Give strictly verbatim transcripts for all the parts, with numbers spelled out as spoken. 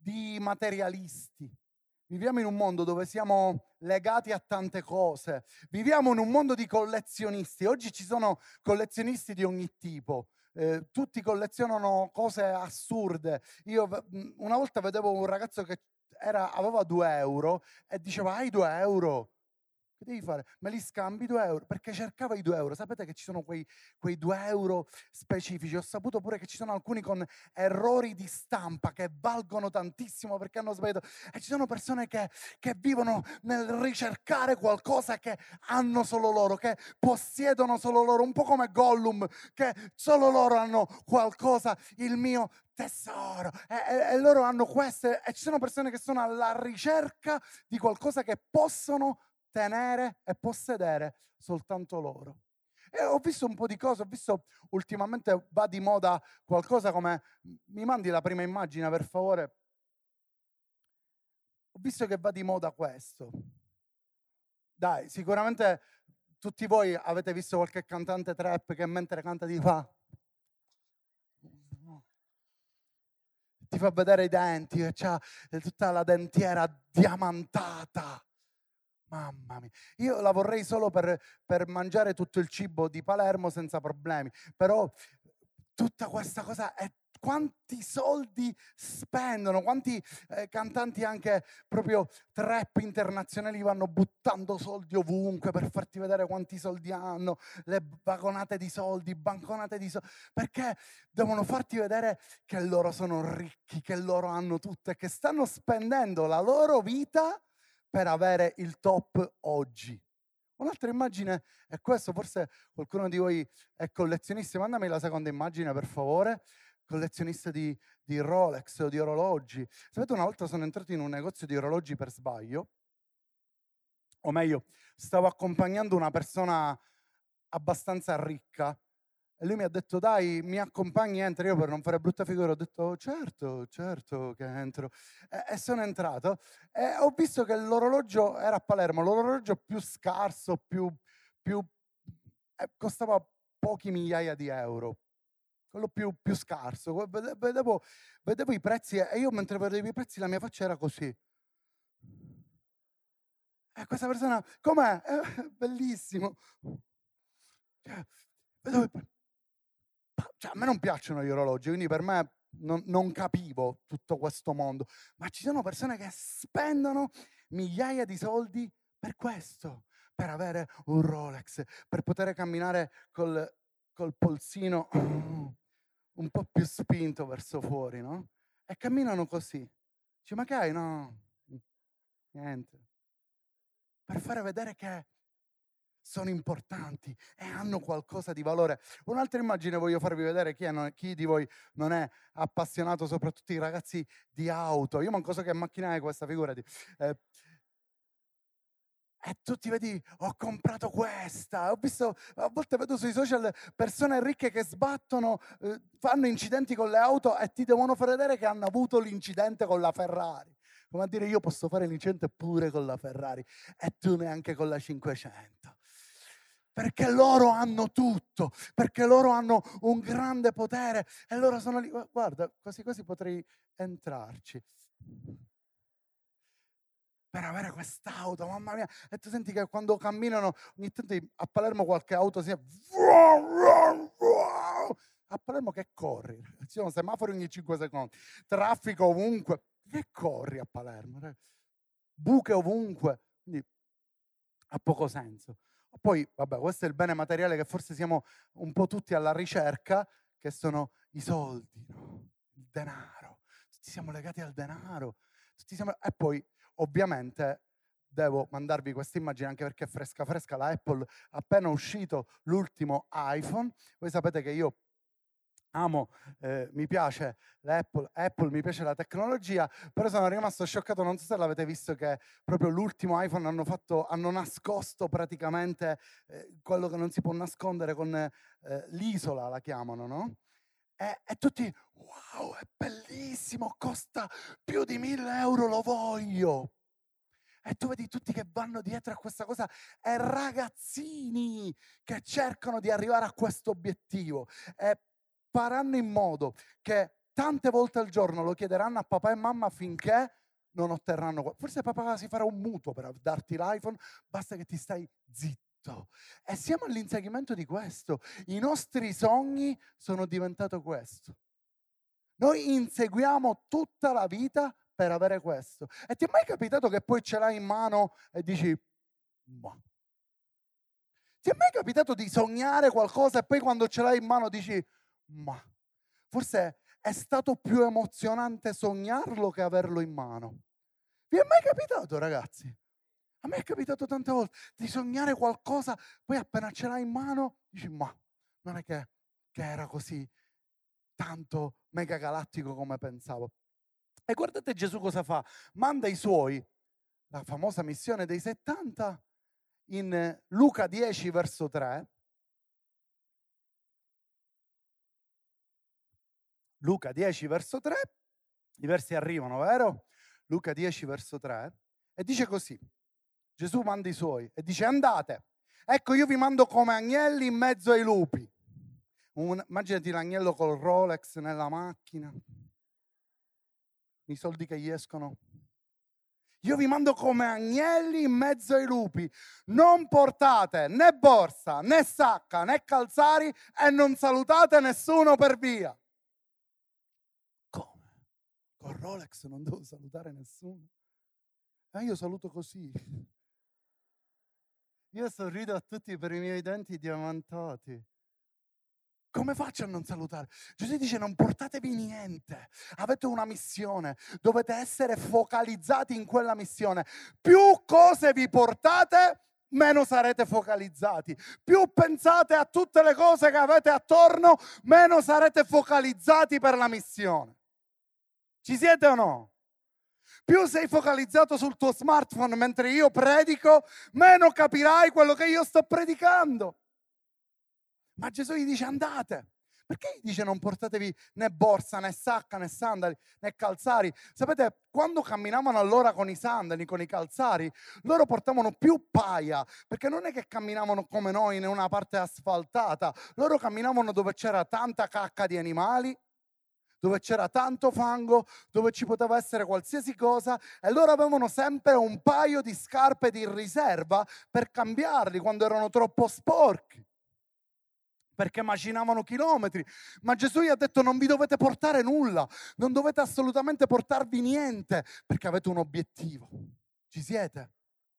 di materialisti. Viviamo in un mondo dove siamo legati a tante cose. Viviamo in un mondo di collezionisti. Oggi ci sono collezionisti di ogni tipo. Eh, tutti collezionano cose assurde. Io v- una volta vedevo un ragazzo che era- aveva due euro e diceva: hai due euro? Che devi fare? Me li scambi due euro? Perché cercava i due euro. Sapete che ci sono quei, quei due euro specifici. Ho saputo pure che ci sono alcuni con errori di stampa che valgono tantissimo perché hanno sbagliato. E ci sono persone che, che vivono nel ricercare qualcosa che hanno solo loro, che possiedono solo loro, un po' come Gollum, che solo loro hanno qualcosa, il mio tesoro. E, e- e loro hanno queste. E ci sono persone che sono alla ricerca di qualcosa che possono tenere e possedere soltanto loro. E ho visto un po' di cose, ho visto ultimamente va di moda qualcosa come, mi mandi la prima immagine per favore? Ho visto che va di moda questo. Dai, sicuramente tutti voi avete visto qualche cantante trap che mentre canta ti fa ti fa vedere i denti, che c'ha tutta la dentiera diamantata. Mamma mia, io la vorrei solo per, per mangiare tutto il cibo di Palermo senza problemi, però tutta questa cosa è quanti soldi spendono, quanti eh, cantanti anche proprio trap internazionali vanno buttando soldi ovunque per farti vedere quanti soldi hanno, le vagonate di soldi, banconate di soldi, perché devono farti vedere che loro sono ricchi, che loro hanno tutto e che stanno spendendo la loro vita per avere il top oggi. Un'altra immagine è questo, forse qualcuno di voi è collezionista, mandami la seconda immagine per favore, collezionista di, di Rolex o di orologi. Sapete, una volta sono entrato in un negozio di orologi per sbaglio, o meglio, stavo accompagnando una persona abbastanza ricca e lui mi ha detto: dai, mi accompagni, entra. Io, per non fare brutta figura, ho detto: "Oh, certo, certo che entro". E, e sono entrato e ho visto che l'orologio era a Palermo, l'orologio più scarso, più, più eh, costava pochi migliaia di euro, quello più, più scarso. Vede- Vedevo, vedevo i prezzi e io, mentre vedevo i prezzi, la mia faccia era così. E questa persona, com'è? Eh, bellissimo. Cioè, vedevo i pre- cioè, a me non piacciono gli orologi, quindi per me non, non capivo tutto questo mondo. Ma ci sono persone che spendono migliaia di soldi per questo, per avere un Rolex, per poter camminare col, col polsino un po' più spinto verso fuori, no? E camminano così. Dici: ma che hai? No, niente. Per fare vedere che sono importanti e hanno qualcosa di valore. Un'altra immagine voglio farvi vedere. Chi, è, non- chi di voi non è appassionato, soprattutto i ragazzi di auto? Io manco so che macchina è questa, figurati. Eh, e tu ti vedi: ho comprato questa. Ho visto, a volte vedo sui social persone ricche che sbattono, eh, fanno incidenti con le auto e ti devono far vedere che hanno avuto l'incidente con la Ferrari. Come a dire: io posso fare l'incidente pure con la Ferrari e tu neanche con la cinquecento. Perché loro hanno tutto, perché loro hanno un grande potere e loro sono lì. Guarda, quasi quasi potrei entrarci per avere quest'auto, mamma mia. E tu senti che quando camminano, ogni tanto a Palermo qualche auto si è... A Palermo che corri? Ci sono semafori ogni cinque secondi, traffico ovunque. Che corri a Palermo? Buche ovunque. Quindi ha poco senso. Poi, vabbè, questo è il bene materiale che forse siamo un po' tutti alla ricerca, che sono i soldi, no? Il denaro. Tutti siamo legati al denaro. Tutti siamo... E poi, ovviamente, devo mandarvi questa immagine anche perché è fresca fresca. La Apple ha appena uscito l'ultimo iPhone. Voi sapete che io amo, eh, mi piace l'Apple, Apple, mi piace la tecnologia, però sono rimasto scioccato, non so se l'avete visto, che proprio l'ultimo iPhone hanno fatto, hanno nascosto praticamente eh, quello che non si può nascondere con eh, l'isola, la chiamano, no? E, e tutti: wow, è bellissimo, costa più di mille euro, lo voglio. E tu vedi tutti che vanno dietro a questa cosa e ragazzini che cercano di arrivare a questo obiettivo e faranno in modo che tante volte al giorno lo chiederanno a papà e mamma finché non otterranno. Forse papà si farà un mutuo per darti l'iPhone, basta che ti stai zitto. E siamo all'inseguimento di questo. I nostri sogni sono diventati questo. Noi inseguiamo tutta la vita per avere questo. E ti è mai capitato che poi ce l'hai in mano e dici, ma... Ti è mai capitato di sognare qualcosa e poi quando ce l'hai in mano dici, ma... Forse è stato più emozionante sognarlo che averlo in mano. Vi è mai capitato, ragazzi? A me è capitato tante volte di sognare qualcosa, poi appena ce l'hai in mano dici, ma non è che, che era così tanto mega galattico come pensavo. E guardate Gesù cosa fa. Manda i suoi, la famosa missione dei settanta, in Luca dieci verso tre. Luca dieci verso tre, i versi arrivano, vero? Luca dieci verso tre, e dice così, Gesù manda i suoi e dice andate, ecco io vi mando come agnelli in mezzo ai lupi. Un, immaginati l'agnello col Rolex nella macchina, i soldi che gli escono. Io vi mando come agnelli in mezzo ai lupi. Non portate né borsa, né sacca, né calzari e non salutate nessuno per via. Come? Con Rolex non devo salutare nessuno? Eh, io saluto così. Io sorrido a tutti per i miei denti diamantati. Come faccio a non salutare? Gesù dice non portatevi niente, avete una missione, dovete essere focalizzati in quella missione. Più cose vi portate, meno sarete focalizzati. Più pensate a tutte le cose che avete attorno, meno sarete focalizzati per la missione. Ci siete o no? Più sei focalizzato sul tuo smartphone mentre io predico, meno capirai quello che io sto predicando. Ma Gesù gli dice andate. Perché gli dice non portatevi né borsa, né sacca, né sandali, né calzari? Sapete, quando camminavano allora con i sandali, con i calzari, loro portavano più paia, perché non è che camminavano come noi in una parte asfaltata, loro camminavano dove c'era tanta cacca di animali, dove c'era tanto fango, dove ci poteva essere qualsiasi cosa, e loro avevano sempre un paio di scarpe di riserva per cambiarli quando erano troppo sporchi, perché macinavano chilometri. Ma Gesù gli ha detto non vi dovete portare nulla, non dovete assolutamente portarvi niente, perché avete un obiettivo. Ci siete?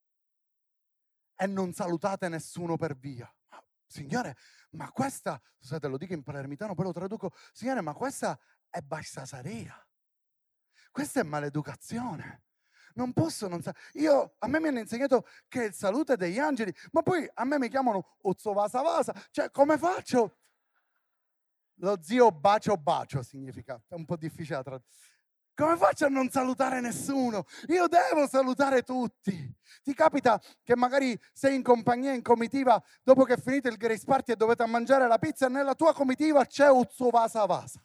E non salutate nessuno per via. Ma, Signore, ma questa, scusate, lo dico in palermitano, poi lo traduco, Signore, ma questa è bassasaria. Questa è maleducazione. Non posso non sa- Io, a me mi hanno insegnato che il saluto è degli angeli, ma poi a me mi chiamano Uzzo Vasa Vasa. Cioè, come faccio? Lo zio bacio bacio significa, è un po' difficile da tradurre. Come faccio a non salutare nessuno? Io devo salutare tutti. Ti capita che magari sei in compagnia, in comitiva, dopo che è finito il Grace Party e dovete mangiare la pizza e nella tua comitiva c'è Uzzo Vasa Vasa.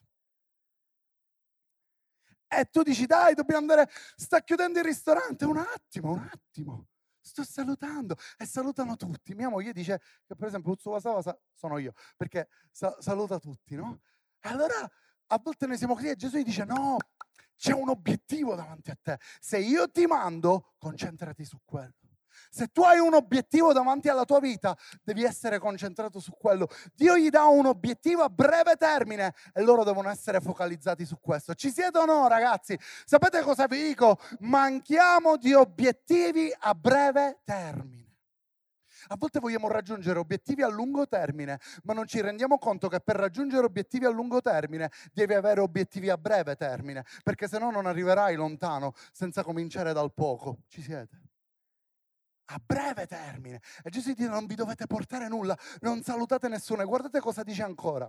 E tu dici, dai, dobbiamo andare, sta chiudendo il ristorante, un attimo, un attimo, sto salutando, e salutano tutti. Mia moglie dice che per esempio Uzzo Vasa Vasa sono io, perché sa- saluta tutti, no? E allora a volte noi siamo così e Gesù gli dice, no, c'è un obiettivo davanti a te, se io ti mando, concentrati su quello. Se tu hai un obiettivo davanti alla tua vita, devi essere concentrato su quello. Dio gli dà un obiettivo a breve termine e loro devono essere focalizzati su questo. Ci siete o no, ragazzi? Sapete cosa vi dico? Manchiamo di obiettivi a breve termine. A volte vogliamo raggiungere obiettivi a lungo termine, ma non ci rendiamo conto che per raggiungere obiettivi a lungo termine devi avere obiettivi a breve termine, perché se no non arriverai lontano senza cominciare dal poco. Ci siete? A breve termine. E Gesù dice non vi dovete portare nulla, non salutate nessuno. E guardate cosa dice ancora.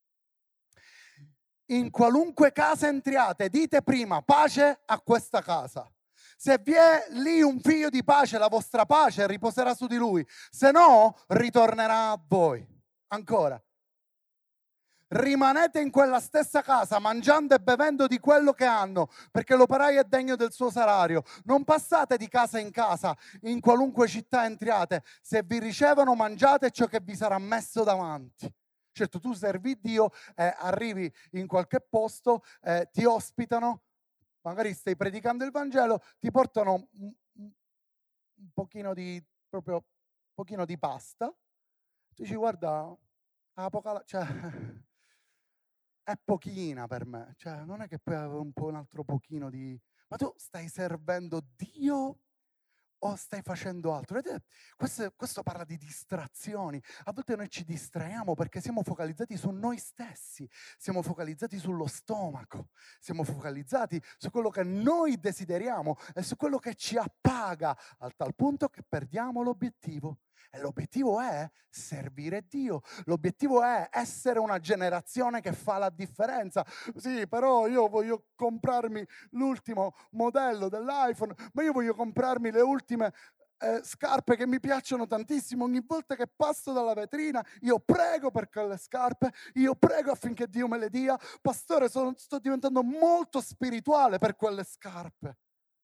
In qualunque casa entriate, dite prima pace a questa casa. Se vi è lì un figlio di pace, la vostra pace riposerà su di lui, se no ritornerà a voi. Ancora. Rimanete in quella stessa casa mangiando e bevendo di quello che hanno, perché l'operaio è degno del suo salario. Non passate di casa in casa, in qualunque città entriate. Se vi ricevono mangiate ciò che vi sarà messo davanti. Certo, tu servi Dio, eh, arrivi in qualche posto, eh, ti ospitano, magari stai predicando il Vangelo, ti portano un, un- un pochino di, proprio, un pochino di pasta, tu dici guarda, Apocala- cioè, è pochina per me, cioè non è che puoi avere un po' un altro pochino di... Ma tu stai servendo Dio o stai facendo altro? Vedete, questo, questo parla di distrazioni. A volte noi ci distraiamo perché siamo focalizzati su noi stessi, siamo focalizzati sullo stomaco, siamo focalizzati su quello che noi desideriamo e su quello che ci appaga, al tal punto che perdiamo l'obiettivo. E l'obiettivo è servire Dio, l'obiettivo è essere una generazione che fa la differenza. Sì, però io voglio comprarmi l'ultimo modello dell'iPhone, ma io voglio comprarmi le ultime eh, scarpe che mi piacciono tantissimo. Ogni volta che passo dalla vetrina io prego per quelle scarpe, io prego affinché Dio me le dia. Pastore, sono, sto diventando molto spirituale per quelle scarpe.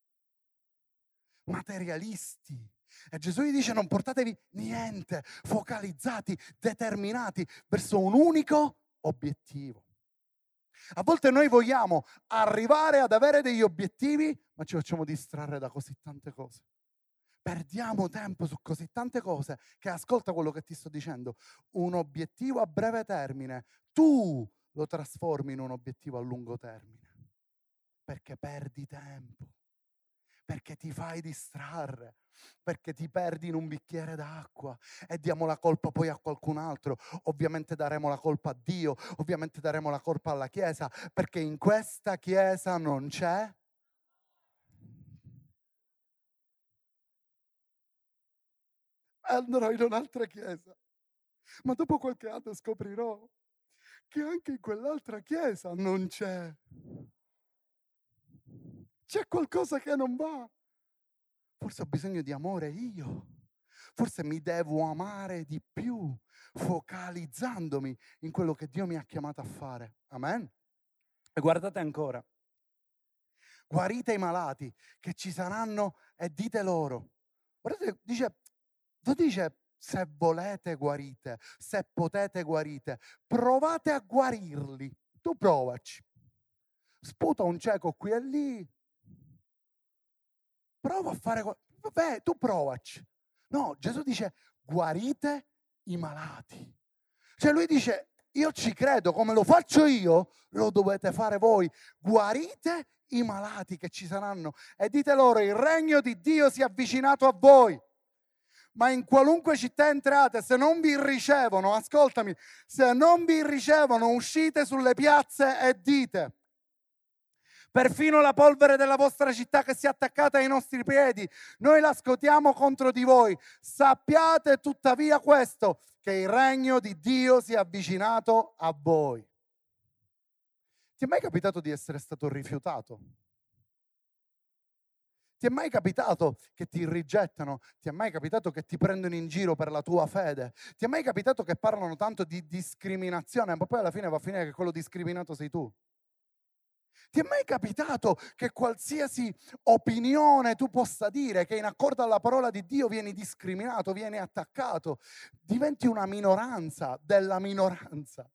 Materialisti. E Gesù gli dice: non portatevi niente, focalizzati, determinati verso un unico obiettivo. A volte noi vogliamo arrivare ad avere degli obiettivi, ma ci facciamo distrarre da così tante cose. Perdiamo tempo su così tante cose che, ascolta quello che ti sto dicendo, un obiettivo a breve termine, tu lo trasformi in un obiettivo a lungo termine, perché perdi tempo, perché ti fai distrarre, perché ti perdi in un bicchiere d'acqua e diamo la colpa poi a qualcun altro. Ovviamente daremo la colpa a Dio, ovviamente daremo la colpa alla Chiesa, perché in questa Chiesa non c'è. Andrò in un'altra Chiesa, ma dopo qualche anno scoprirò che anche in quell'altra Chiesa non c'è. C'è qualcosa che non va. Forse ho bisogno di amore io. Forse mi devo amare di più, focalizzandomi in quello che Dio mi ha chiamato a fare. Amen? E guardate ancora. Guarite i malati che ci saranno e dite loro. Guardate, dice, non dice se volete guarite, se potete guarite. Provate a guarirli. Tu provaci. Sputa un cieco qui e lì. Prova a fare... Vabbè, tu provaci. No, Gesù dice guarite i malati. Cioè lui dice io ci credo, come lo faccio io, lo dovete fare voi. Guarite i malati che ci saranno e dite loro il regno di Dio si è avvicinato a voi. Ma in qualunque città entrate, se non vi ricevono, ascoltami, se non vi ricevono, uscite sulle piazze e dite: perfino la polvere della vostra città che si è attaccata ai nostri piedi, noi la scuotiamo contro di voi. Sappiate tuttavia questo, che il regno di Dio si è avvicinato a voi. Ti è mai capitato di essere stato rifiutato? Ti è mai capitato che ti rigettano? Ti è mai capitato che ti prendono in giro per la tua fede? Ti è mai capitato che parlano tanto di discriminazione, ma poi alla fine va a finire che quello discriminato sei tu? Ti è mai capitato che qualsiasi opinione tu possa dire, che in accordo alla parola di Dio vieni discriminato, vieni attaccato, diventi una minoranza della minoranza?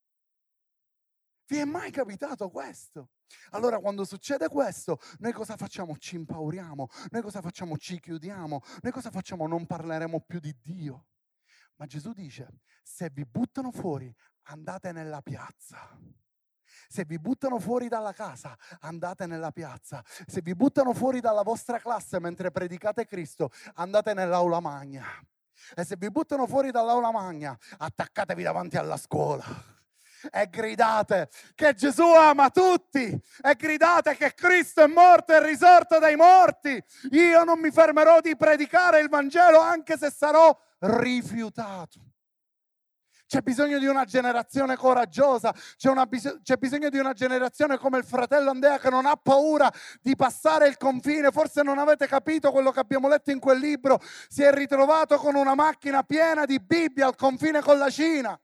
Vi è mai capitato questo? Allora quando succede questo, noi cosa facciamo? Ci impauriamo, noi cosa facciamo? Ci chiudiamo, noi cosa facciamo? Non parleremo più di Dio. Ma Gesù dice, se vi buttano fuori, andate nella piazza. Se vi buttano fuori dalla casa, andate nella piazza. Se vi buttano fuori dalla vostra classe mentre predicate Cristo, andate nell'aula magna. E se vi buttano fuori dall'aula magna, attaccatevi davanti alla scuola e gridate che Gesù ama tutti e gridate che Cristo è morto e risorto dai morti. Io non mi fermerò di predicare il Vangelo anche se sarò rifiutato. C'è bisogno di una generazione coraggiosa, c'è, una bis- c'è bisogno di una generazione come il fratello Andrea che non ha paura di passare il confine. Forse non avete capito quello che abbiamo letto in quel libro. Si è ritrovato con una macchina piena di Bibbie al confine con la Cina.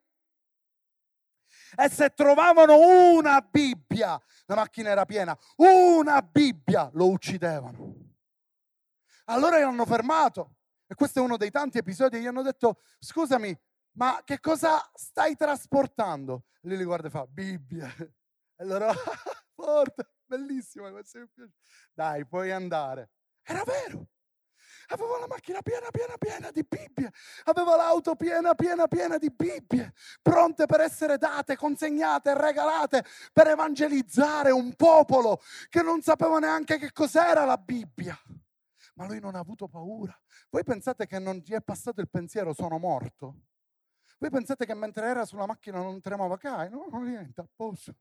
E se trovavano una Bibbia, la macchina era piena, una Bibbia, lo uccidevano. Allora li hanno fermato. E questo è uno dei tanti episodi. Gli hanno detto, scusami, ma che cosa stai trasportando? E lui li guarda e fa, Bibbia. E loro, forte, bellissimo. Dai, puoi andare. Era vero. Avevo la macchina piena, piena, piena di Bibbie. Avevo l'auto piena, piena, piena di Bibbie, pronte per essere date, consegnate, regalate, per evangelizzare un popolo che non sapeva neanche che cos'era la Bibbia. Ma lui non ha avuto paura. Voi pensate che non gli è passato il pensiero, sono morto? Voi pensate che mentre era sulla macchina non tremava? Cai? No, niente, a posto.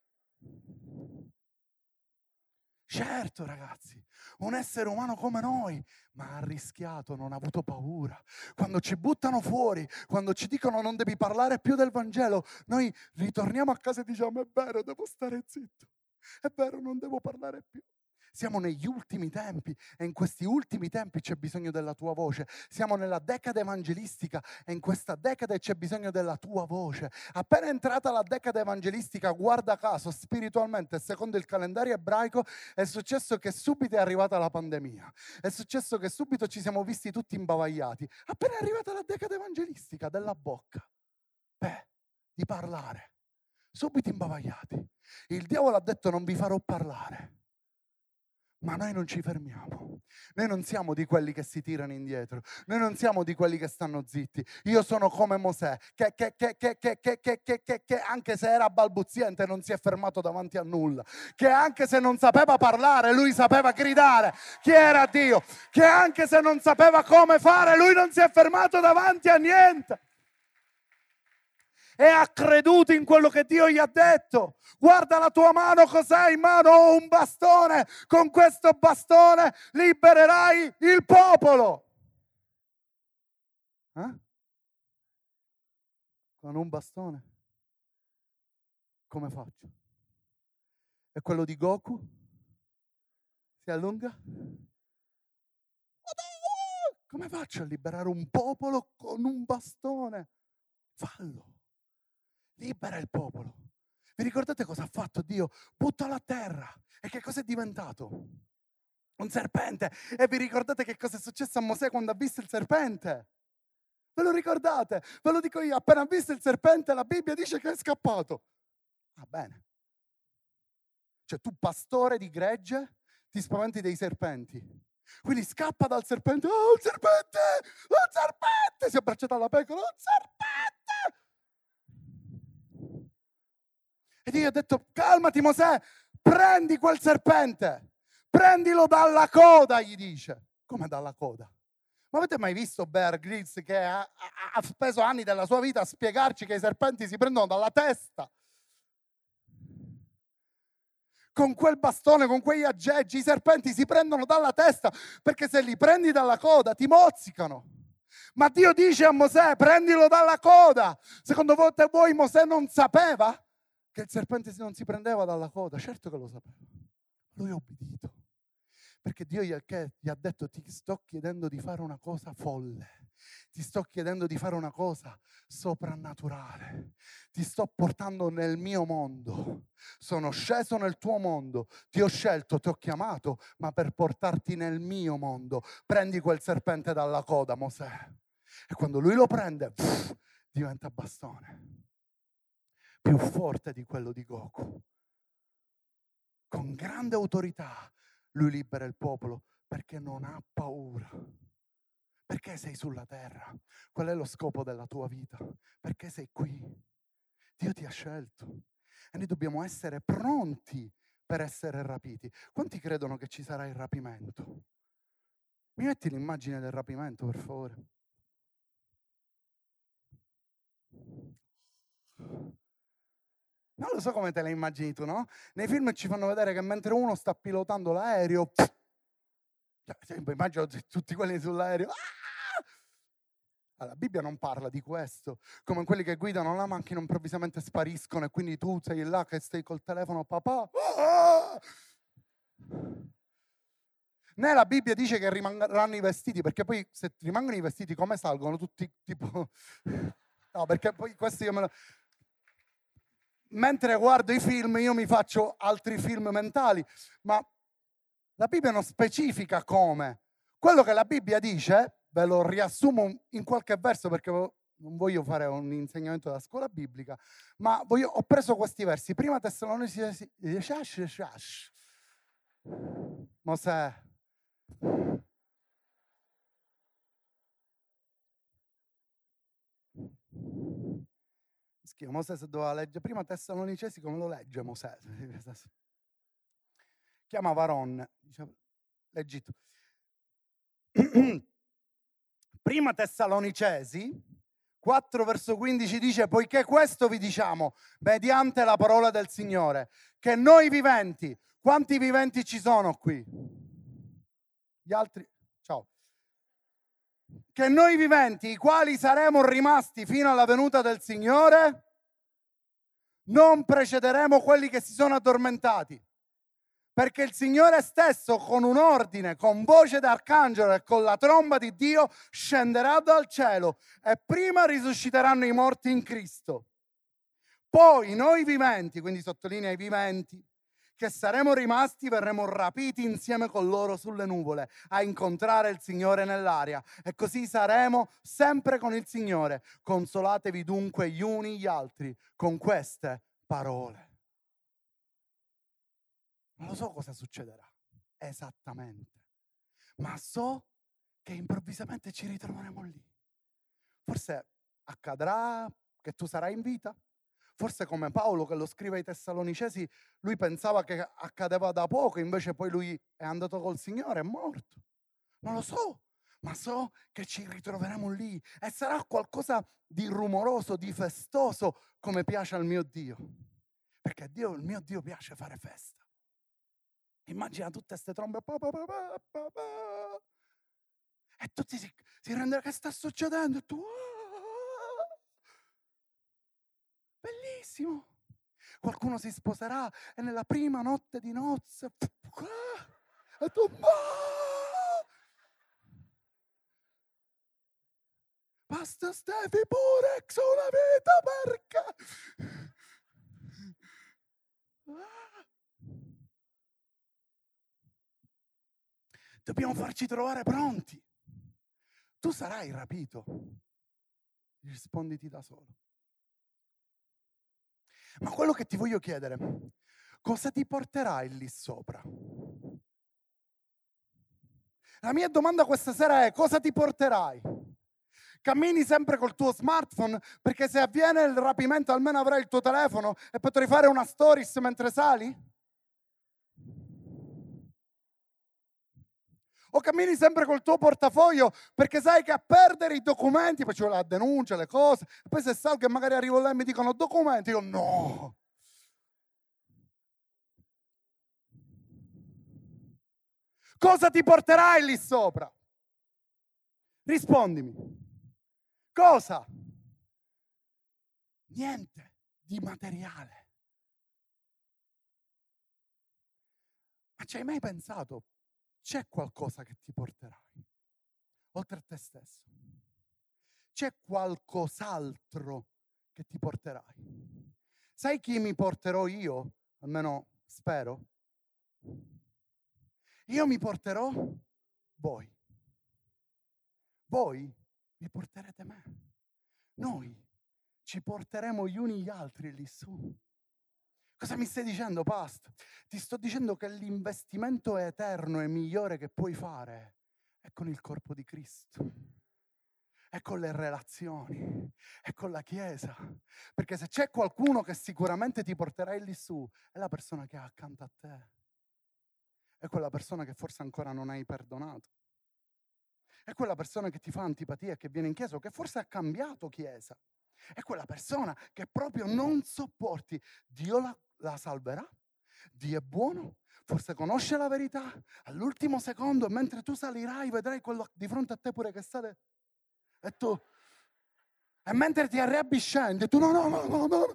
Certo, ragazzi, un essere umano come noi, ma ha rischiato, non ha avuto paura. Quando ci buttano fuori, quando ci dicono non devi parlare più del Vangelo, noi ritorniamo a casa e diciamo, è vero, devo stare zitto, è vero, non devo parlare più. Siamo negli ultimi tempi e in questi ultimi tempi c'è bisogno della tua voce. Siamo nella decade evangelistica e in questa decade c'è bisogno della tua voce. Appena è entrata la decade evangelistica, guarda caso, spiritualmente, secondo il calendario ebraico, è successo che subito è arrivata la pandemia. È successo che subito ci siamo visti tutti imbavagliati. Appena è arrivata la decade evangelistica della bocca, beh, di parlare, subito imbavagliati. Il diavolo ha detto non vi farò parlare. Ma noi non ci fermiamo. Noi non siamo di quelli che si tirano indietro. Noi non siamo di quelli che stanno zitti. Io sono come Mosè, che, che, che, che, che, che, che, che, che, che anche se era balbuziente non si è fermato davanti a nulla. Che anche se non sapeva parlare, lui sapeva gridare chi era Dio. Che anche se non sapeva come fare, lui non si è fermato davanti a niente. E ha creduto in quello che Dio gli ha detto. Guarda la tua mano, cos'hai in mano? Ho un bastone, con questo bastone libererai il popolo. Eh? Con un bastone? Come faccio? E quello di Goku? Si allunga? Come faccio a liberare un popolo con un bastone? Fallo. Libera il popolo. Vi ricordate cosa ha fatto Dio? Buttalo a terra. E che cosa è diventato? Un serpente. E vi ricordate che cosa è successo a Mosè quando ha visto il serpente? Ve lo ricordate? Ve lo dico io. Appena ha visto il serpente, la Bibbia dice che è scappato. Ah, bene. Cioè tu, pastore di gregge, ti spaventi dei serpenti. Quindi scappa dal serpente. Oh, un serpente! Un serpente! Si è abbracciato alla pecora. Un serpente! E Dio ha detto, calmati Mosè, prendi quel serpente, prendilo dalla coda, gli dice. Come dalla coda? Ma avete mai visto Bear Grylls che ha, ha, ha speso anni della sua vita a spiegarci che i serpenti si prendono dalla testa? Con quel bastone, con quegli aggeggi, i serpenti si prendono dalla testa, perché se li prendi dalla coda ti mozzicano. Ma Dio dice a Mosè, prendilo dalla coda. Secondo voi Mosè non sapeva che il serpente non si prendeva dalla coda? Certo che lo sapeva. Lui ha obbedito. Perché Dio gli ha, gli ha detto, ti sto chiedendo di fare una cosa folle. Ti sto chiedendo di fare una cosa soprannaturale. Ti sto portando nel mio mondo. Sono sceso nel tuo mondo. Ti ho scelto, ti ho chiamato, ma per portarti nel mio mondo. Prendi quel serpente dalla coda, Mosè. E quando lui lo prende, pff, diventa bastone. Più forte di quello di Goku. Con grande autorità lui libera il popolo perché non ha paura. Perché sei sulla terra? Qual è lo scopo della tua vita? Perché sei qui? Dio ti ha scelto e noi dobbiamo essere pronti per essere rapiti. Quanti credono che ci sarà il rapimento? Mi metti l'immagine del rapimento, per favore? Non lo so come te la immagini tu, no? Nei film ci fanno vedere che mentre uno sta pilotando l'aereo, cioè, immagino tutti quelli sull'aereo. Ah! La Bibbia non parla di questo, come quelli che guidano la macchina improvvisamente spariscono e quindi tu sei là che stai col telefono, papà. Ah! Né la Bibbia dice che rimarranno i vestiti, perché poi se rimangono i vestiti come salgono tutti tipo... No, perché poi questo io me lo... Mentre guardo i film io mi faccio altri film mentali, ma la Bibbia non specifica come. Quello che la Bibbia dice, ve lo riassumo in qualche verso perché non voglio fare un insegnamento da scuola biblica, ma voglio, ho preso questi versi. Prima Tessalonicesi, Mosè. Schifo, Mosè se doveva leggere prima Tessalonicesi, come lo legge Mosè? Chiama Varon, dice, leggi tu. Prima Tessalonicesi quattro verso quindici dice: poiché questo vi diciamo mediante la parola del Signore, che noi viventi, quanti viventi ci sono qui? Gli altri, ciao. Che noi viventi, i quali saremo rimasti fino alla venuta del Signore, non precederemo quelli che si sono addormentati. Perché il Signore stesso, con un ordine, con voce d'arcangelo e con la tromba di Dio, scenderà dal cielo e prima risusciteranno i morti in Cristo. Poi noi viventi, quindi sottolinea i viventi, che saremo rimasti, verremo rapiti insieme con loro sulle nuvole a incontrare il Signore nell'aria. E così saremo sempre con il Signore. Consolatevi dunque gli uni gli altri con queste parole. Non lo so cosa succederà esattamente, ma so che improvvisamente ci ritroveremo lì. Forse accadrà che tu sarai in vita, forse come Paolo che lo scrive ai Tessalonicesi, lui pensava che accadeva da poco, invece poi lui è andato col Signore, è morto. Non lo so, ma so che ci ritroveremo lì e sarà qualcosa di rumoroso, di festoso, come piace al mio Dio. Perché a Dio, il mio Dio piace fare festa. Immagina tutte queste trombe pa, pa, pa, pa, pa, pa. E tutti si, si rendono che sta succedendo e tu ah, bellissimo. Qualcuno si sposerà e nella prima notte di nozze ah, e tu ah. Basta Stefi pure una vita perché ah. Dobbiamo farci trovare pronti. Tu sarai rapito. Risponditi da solo. Ma quello che ti voglio chiedere, cosa ti porterai lì sopra? La mia domanda questa sera è: cosa ti porterai? Cammini sempre col tuo smartphone perché se avviene il rapimento almeno avrai il tuo telefono e potrai fare una stories mentre sali? O cammini sempre col tuo portafoglio perché sai che a perdere i documenti, poi c'è la denuncia, le cose, e poi se salgo e magari arrivo là e mi dicono documenti, io no. Cosa ti porterai lì sopra? Rispondimi. Cosa? Niente di materiale. Ma ci hai mai pensato? C'è qualcosa che ti porterai, oltre a te stesso. C'è qualcos'altro che ti porterai. Sai chi mi porterò io? Almeno spero. Io mi porterò voi. Voi mi porterete me. Noi ci porteremo gli uni gli altri lì su. Cosa mi stai dicendo, Pastor? Ti sto dicendo che l'investimento eterno e migliore che puoi fare è con il corpo di Cristo, è con le relazioni, è con la Chiesa. Perché se c'è qualcuno che sicuramente ti porterai lì su, è la persona che è accanto a te. È quella persona che forse ancora non hai perdonato. È quella persona che ti fa antipatia e che viene in chiesa o che forse ha cambiato chiesa. È quella persona che proprio non sopporti. Dio la, la salverà. Dio è buono. Forse conosce la verità. All'ultimo secondo, mentre tu salirai, vedrai quello di fronte a te pure che sale. E tu... E mentre ti arrabbi scendi, tu no, no, no, no, no.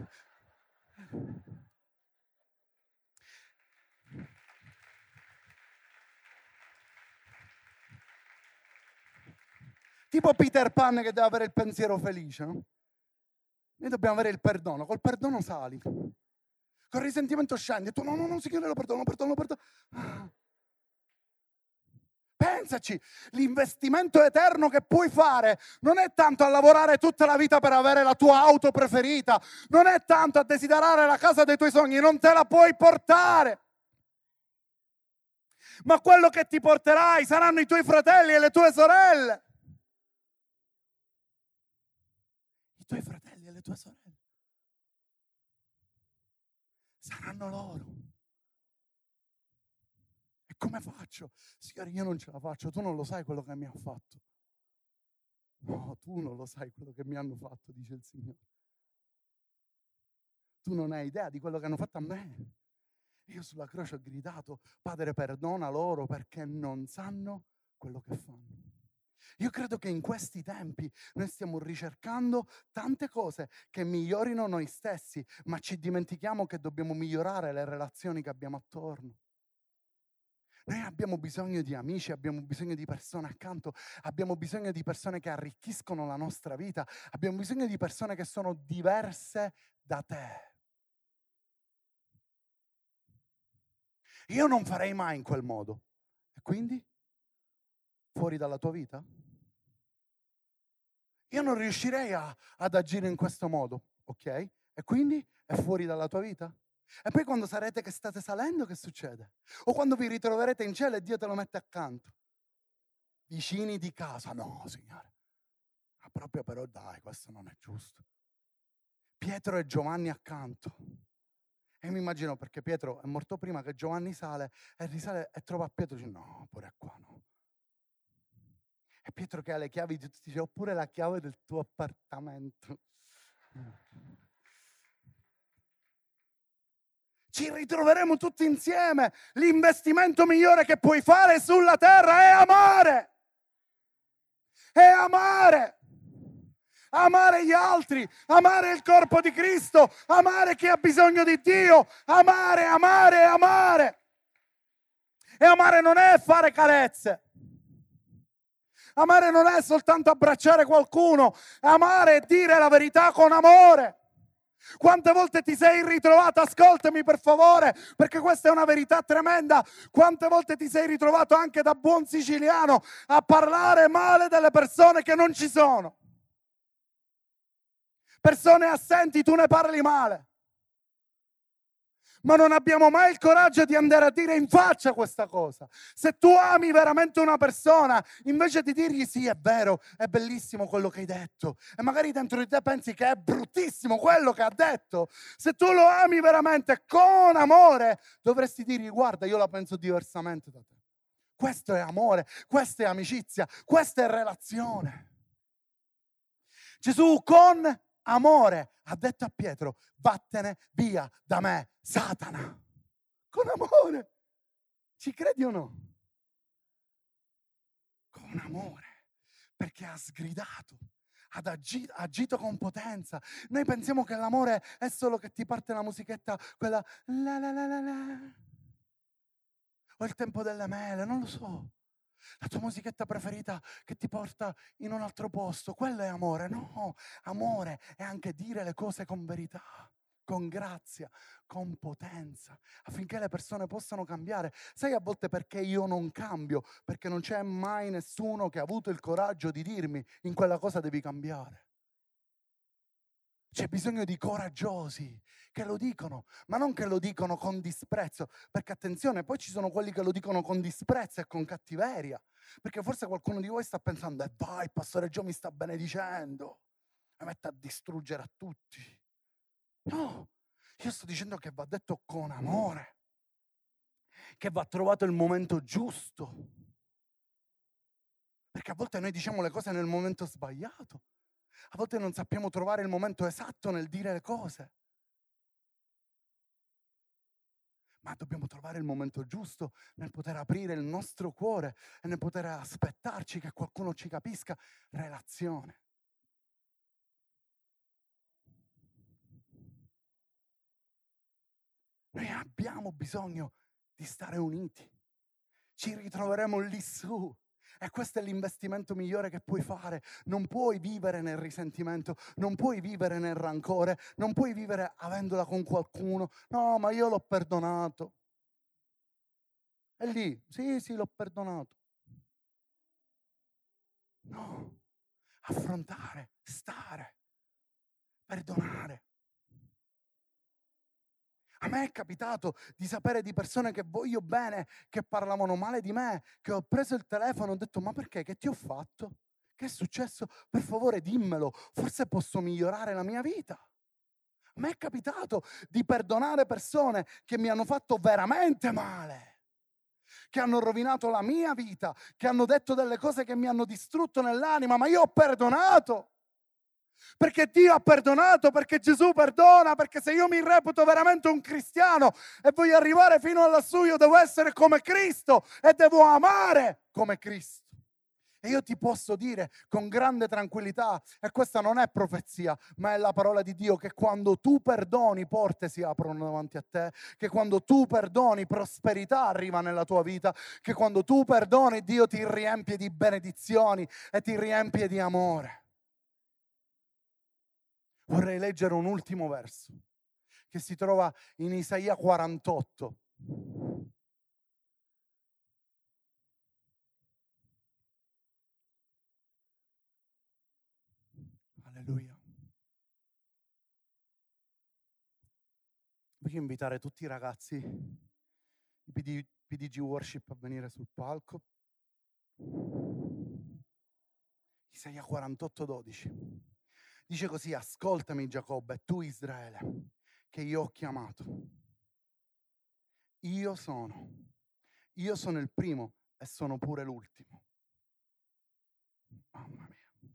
Tipo Peter Pan che deve avere il pensiero felice, no? Noi dobbiamo avere il perdono, col perdono sali. Col risentimento scendi, tu no, no, non si chiede lo perdono, perdono, perdono. Pensaci, l'investimento eterno che puoi fare non è tanto a lavorare tutta la vita per avere la tua auto preferita, non è tanto a desiderare la casa dei tuoi sogni, non te la puoi portare. Ma quello che ti porterai saranno i tuoi fratelli e le tue sorelle. I tuoi fratelli e le tue sorelle. Saranno loro. Come faccio? Signore, io non ce la faccio, tu non lo sai quello che mi ha fatto. No, tu non lo sai quello che mi hanno fatto, dice il Signore. Tu non hai idea di quello che hanno fatto a me. Io sulla croce ho gridato, Padre, perdona loro perché non sanno quello che fanno. Io credo che in questi tempi noi stiamo ricercando tante cose che migliorino noi stessi, ma ci dimentichiamo che dobbiamo migliorare le relazioni che abbiamo attorno. Noi abbiamo bisogno di amici, abbiamo bisogno di persone accanto, abbiamo bisogno di persone che arricchiscono la nostra vita, abbiamo bisogno di persone che sono diverse da te. Io non farei mai in quel modo. E quindi? Fuori dalla tua vita? Io non riuscirei a, ad agire in questo modo, ok? E quindi? È fuori dalla tua vita? E poi quando sarete che state salendo, che succede? O quando vi ritroverete in cielo e Dio te lo mette accanto? Vicini di casa? No, Signore. Ma proprio però dai, questo non è giusto. Pietro e Giovanni accanto. E mi immagino perché Pietro è morto prima che Giovanni sale e risale e trova Pietro e dice no, pure qua no. E Pietro che ha le chiavi di tutti dice oppure la chiave del tuo appartamento. Ci ritroveremo tutti insieme. L'investimento migliore che puoi fare sulla terra è amare. È amare. Amare gli altri, amare il corpo di Cristo, amare chi ha bisogno di Dio, amare, amare, amare. E amare non è fare carezze. Amare non è soltanto abbracciare qualcuno. Amare è dire la verità con amore. Quante volte ti sei ritrovato, ascoltami per favore, perché questa è una verità tremenda, quante volte ti sei ritrovato anche da buon siciliano a parlare male delle persone che non ci sono? Persone assenti, tu ne parli male. Ma non abbiamo mai il coraggio di andare a dire in faccia questa cosa. Se tu ami veramente una persona, invece di dirgli sì, è vero, è bellissimo quello che hai detto, e magari dentro di te pensi che è bruttissimo quello che ha detto, se tu lo ami veramente con amore, dovresti dirgli guarda, io la penso diversamente da te. Questo è amore, questa è amicizia, questa è relazione. Gesù con amore ha detto a Pietro vattene via da me Satana, con amore. Ci credi o no? Con amore, perché ha sgridato, ha agito, agito con potenza. Noi pensiamo che l'amore è solo che ti parte la musichetta, quella la la la la la, o il tempo delle mele, non lo so. La tua musichetta preferita che ti porta in un altro posto, quello è amore. No, amore è anche dire le cose con verità, con grazia, con potenza, affinché le persone possano cambiare. Sai a volte perché io non cambio? Perché non c'è mai nessuno che ha avuto il coraggio di dirmi in quella cosa devi cambiare. C'è bisogno di coraggiosi che lo dicono, ma non che lo dicono con disprezzo, perché attenzione, poi ci sono quelli che lo dicono con disprezzo e con cattiveria, perché forse qualcuno di voi sta pensando, eh vai, il pastore Gio mi sta benedicendo, mi mette a distruggere a tutti. No, io sto dicendo che va detto con amore, che va trovato il momento giusto, perché a volte noi diciamo le cose nel momento sbagliato. A volte non sappiamo trovare il momento esatto nel dire le cose. Ma dobbiamo trovare il momento giusto nel poter aprire il nostro cuore e nel poter aspettarci che qualcuno ci capisca. Relazione. Noi abbiamo bisogno di stare uniti. Ci ritroveremo lì su. E questo è l'investimento migliore che puoi fare. Non puoi vivere nel risentimento, non puoi vivere nel rancore, non puoi vivere avendola con qualcuno. No, ma io l'ho perdonato. E lì, sì, sì, l'ho perdonato. No, affrontare, stare, perdonare. A me è capitato di sapere di persone che voglio bene, che parlavano male di me, che ho preso il telefono e ho detto: ma perché? Che ti ho fatto? Che è successo? Per favore dimmelo, forse posso migliorare la mia vita. A me è capitato di perdonare persone che mi hanno fatto veramente male, che hanno rovinato la mia vita, che hanno detto delle cose che mi hanno distrutto nell'anima, ma io ho perdonato. Perché Dio ha perdonato, perché Gesù perdona, perché se io mi reputo veramente un cristiano e voglio arrivare fino a lassù, io devo essere come Cristo e devo amare come Cristo. E io ti posso dire con grande tranquillità, e questa non è profezia, ma è la parola di Dio, che quando tu perdoni porte si aprono davanti a te, che quando tu perdoni prosperità arriva nella tua vita, che quando tu perdoni Dio ti riempie di benedizioni e ti riempie di amore. Vorrei leggere un ultimo verso che si trova in Isaia quarantotto. Alleluia. Voglio invitare tutti i ragazzi di P D, P D G Worship a venire sul palco. Isaia quarantotto, dodici. Dice così: ascoltami Giacobbe e tu Israele, che io ho chiamato. Io sono, io sono il primo e sono pure l'ultimo. Mamma mia.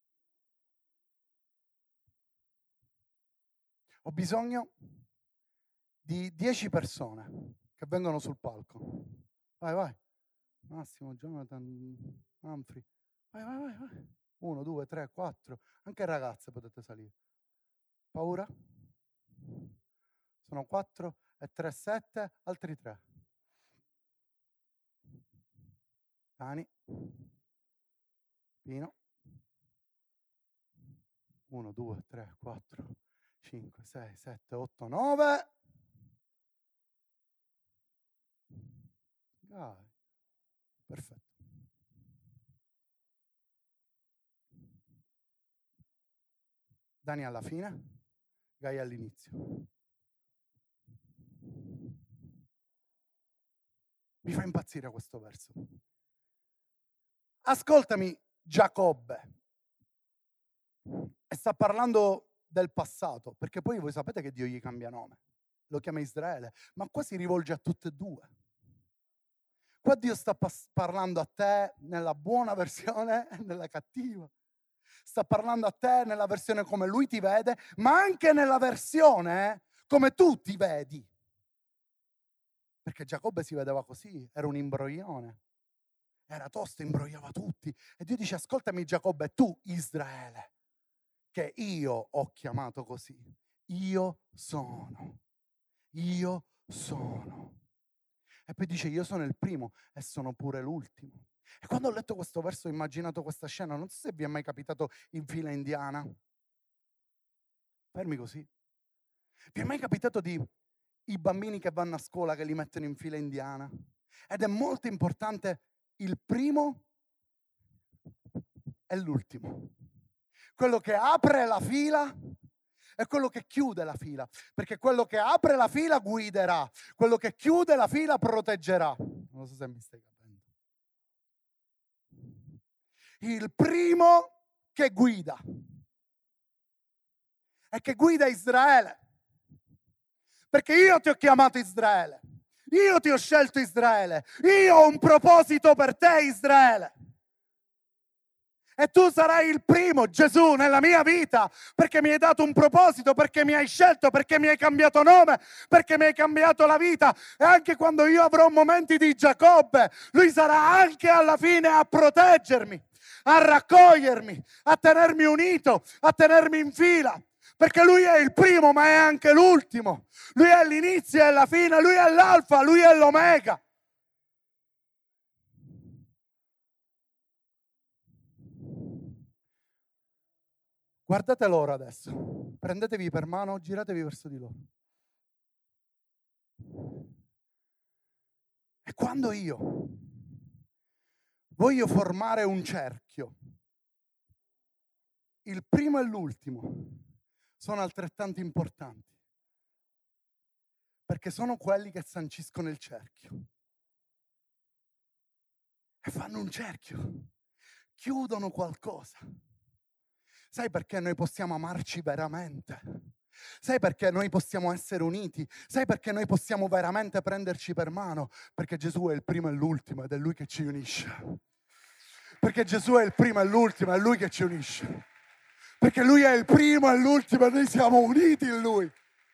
Ho bisogno di dieci persone che vengono sul palco. Vai, vai. Massimo, Jonathan, Humphrey. Vai, vai, vai, vai. Uno, due, tre, quattro. Anche ragazze potete salire. Paura? Sono quattro e tre, sette, altri tre. Dani. Pino. uno, due, tre, quattro, cinque, sei, sette, otto, nove. Dai. Perfetto. Dani alla fine, Gaia all'inizio. Mi fa impazzire questo verso. Ascoltami Giacobbe. E sta parlando del passato, perché poi voi sapete che Dio gli cambia nome. Lo chiama Israele, ma qua si rivolge a tutte e due. Qua Dio sta pas- parlando a te nella buona versione e nella cattiva. Sta parlando a te nella versione come lui ti vede, ma anche nella versione come tu ti vedi. Perché Giacobbe si vedeva così, era un imbroglione. Era tosto, imbrogliava tutti. E Dio dice: ascoltami Giacobbe, tu Israele, che io ho chiamato così. Io sono. Io sono. E poi dice: io sono il primo e sono pure l'ultimo. E quando ho letto questo verso ho immaginato questa scena. Non so se vi è mai capitato in fila indiana. Fermi così. Vi è mai capitato di i bambini che vanno a scuola che li mettono in fila indiana? Ed è molto importante il primo e l'ultimo. Quello che apre la fila e quello che chiude la fila. Perché quello che apre la fila guiderà, quello che chiude la fila proteggerà. Non so se mi stai capendo. Il primo che guida e che guida Israele. Perché io ti ho chiamato Israele. Io ti ho scelto Israele. Io ho un proposito per te, Israele. E tu sarai il primo, Gesù, nella mia vita, perché mi hai dato un proposito, perché mi hai scelto, perché mi hai cambiato nome, perché mi hai cambiato la vita. E anche quando io avrò momenti di Giacobbe, lui sarà anche alla fine a proteggermi, a raccogliermi, a tenermi unito, a tenermi in fila. Perché lui è il primo, ma è anche l'ultimo. Lui è l'inizio e la fine, lui è l'alfa, lui è l'omega. Guardate loro adesso, prendetevi per mano, giratevi verso di loro. E quando io voglio formare un cerchio il primo e l'ultimo sono altrettanto importanti, perché sono quelli che sanciscono il cerchio. E fanno un cerchio, chiudono qualcosa. Sai perché noi possiamo amarci veramente? Sai perché noi possiamo essere uniti? Sai perché noi possiamo veramente prenderci per mano? Perché Gesù è il primo e l'ultimo ed è Lui che ci unisce. Perché Gesù è il primo e l'ultimo, è Lui che ci unisce. Perché Lui è il primo e l'ultimo e noi siamo uniti in Lui.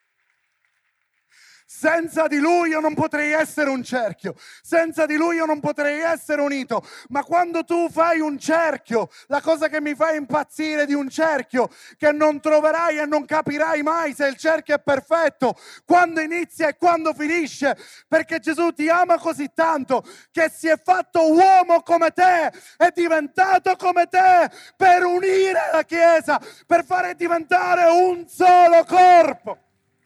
Senza di Lui io non potrei essere un cerchio, senza di Lui io non potrei essere unito. Ma quando tu fai un cerchio, la cosa che mi fa impazzire di un cerchio, che non troverai e non capirai mai se il cerchio è perfetto, quando inizia e quando finisce, perché Gesù ti ama così tanto che si è fatto uomo come te, è diventato come te per unire la Chiesa, per fare diventare un solo corpo.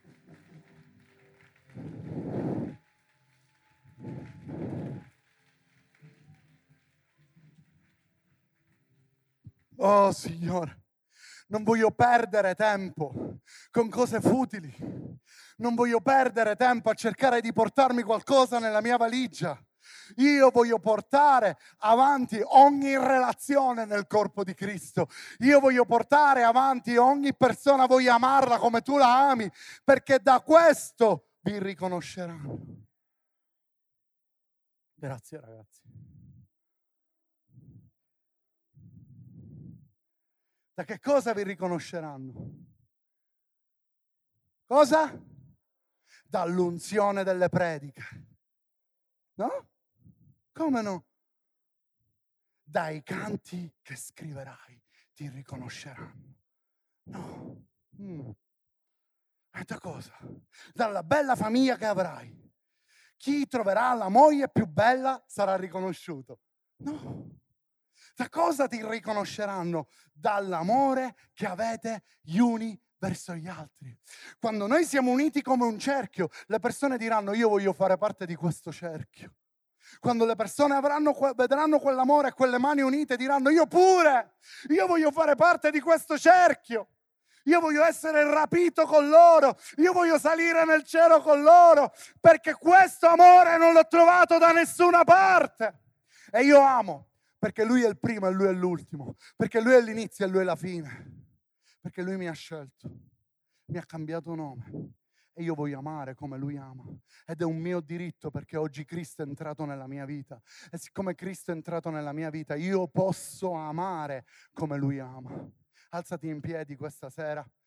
Oh Signore, non voglio perdere tempo con cose futili. Non voglio perdere tempo a cercare di portarmi qualcosa nella mia valigia. Io voglio portare avanti ogni relazione nel corpo di Cristo. Io voglio portare avanti ogni persona, voglio amarla come tu la ami, perché da questo vi riconosceranno. Grazie ragazzi. Da che cosa vi riconosceranno? Cosa? Dall'unzione delle prediche. No? Come no? Dai canti che scriverai ti riconosceranno. No. Mm. E da cosa? Dalla bella famiglia che avrai. Chi troverà la moglie più bella sarà riconosciuto. No. Da cosa ti riconosceranno? Dall'amore che avete gli uni verso gli altri. Quando noi siamo uniti come un cerchio, le persone diranno: io voglio fare parte di questo cerchio. Quando le persone avranno, vedranno quell'amore e quelle mani unite, diranno: io pure, io voglio fare parte di questo cerchio. Io voglio essere rapito con loro, io voglio salire nel cielo con loro, perché questo amore non l'ho trovato da nessuna parte. E io amo. Perché Lui è il primo e Lui è l'ultimo, perché Lui è l'inizio e Lui è la fine, perché Lui mi ha scelto, mi ha cambiato nome e io voglio amare come Lui ama ed è un mio diritto, perché oggi Cristo è entrato nella mia vita e siccome Cristo è entrato nella mia vita io posso amare come Lui ama. Alzati in piedi questa sera.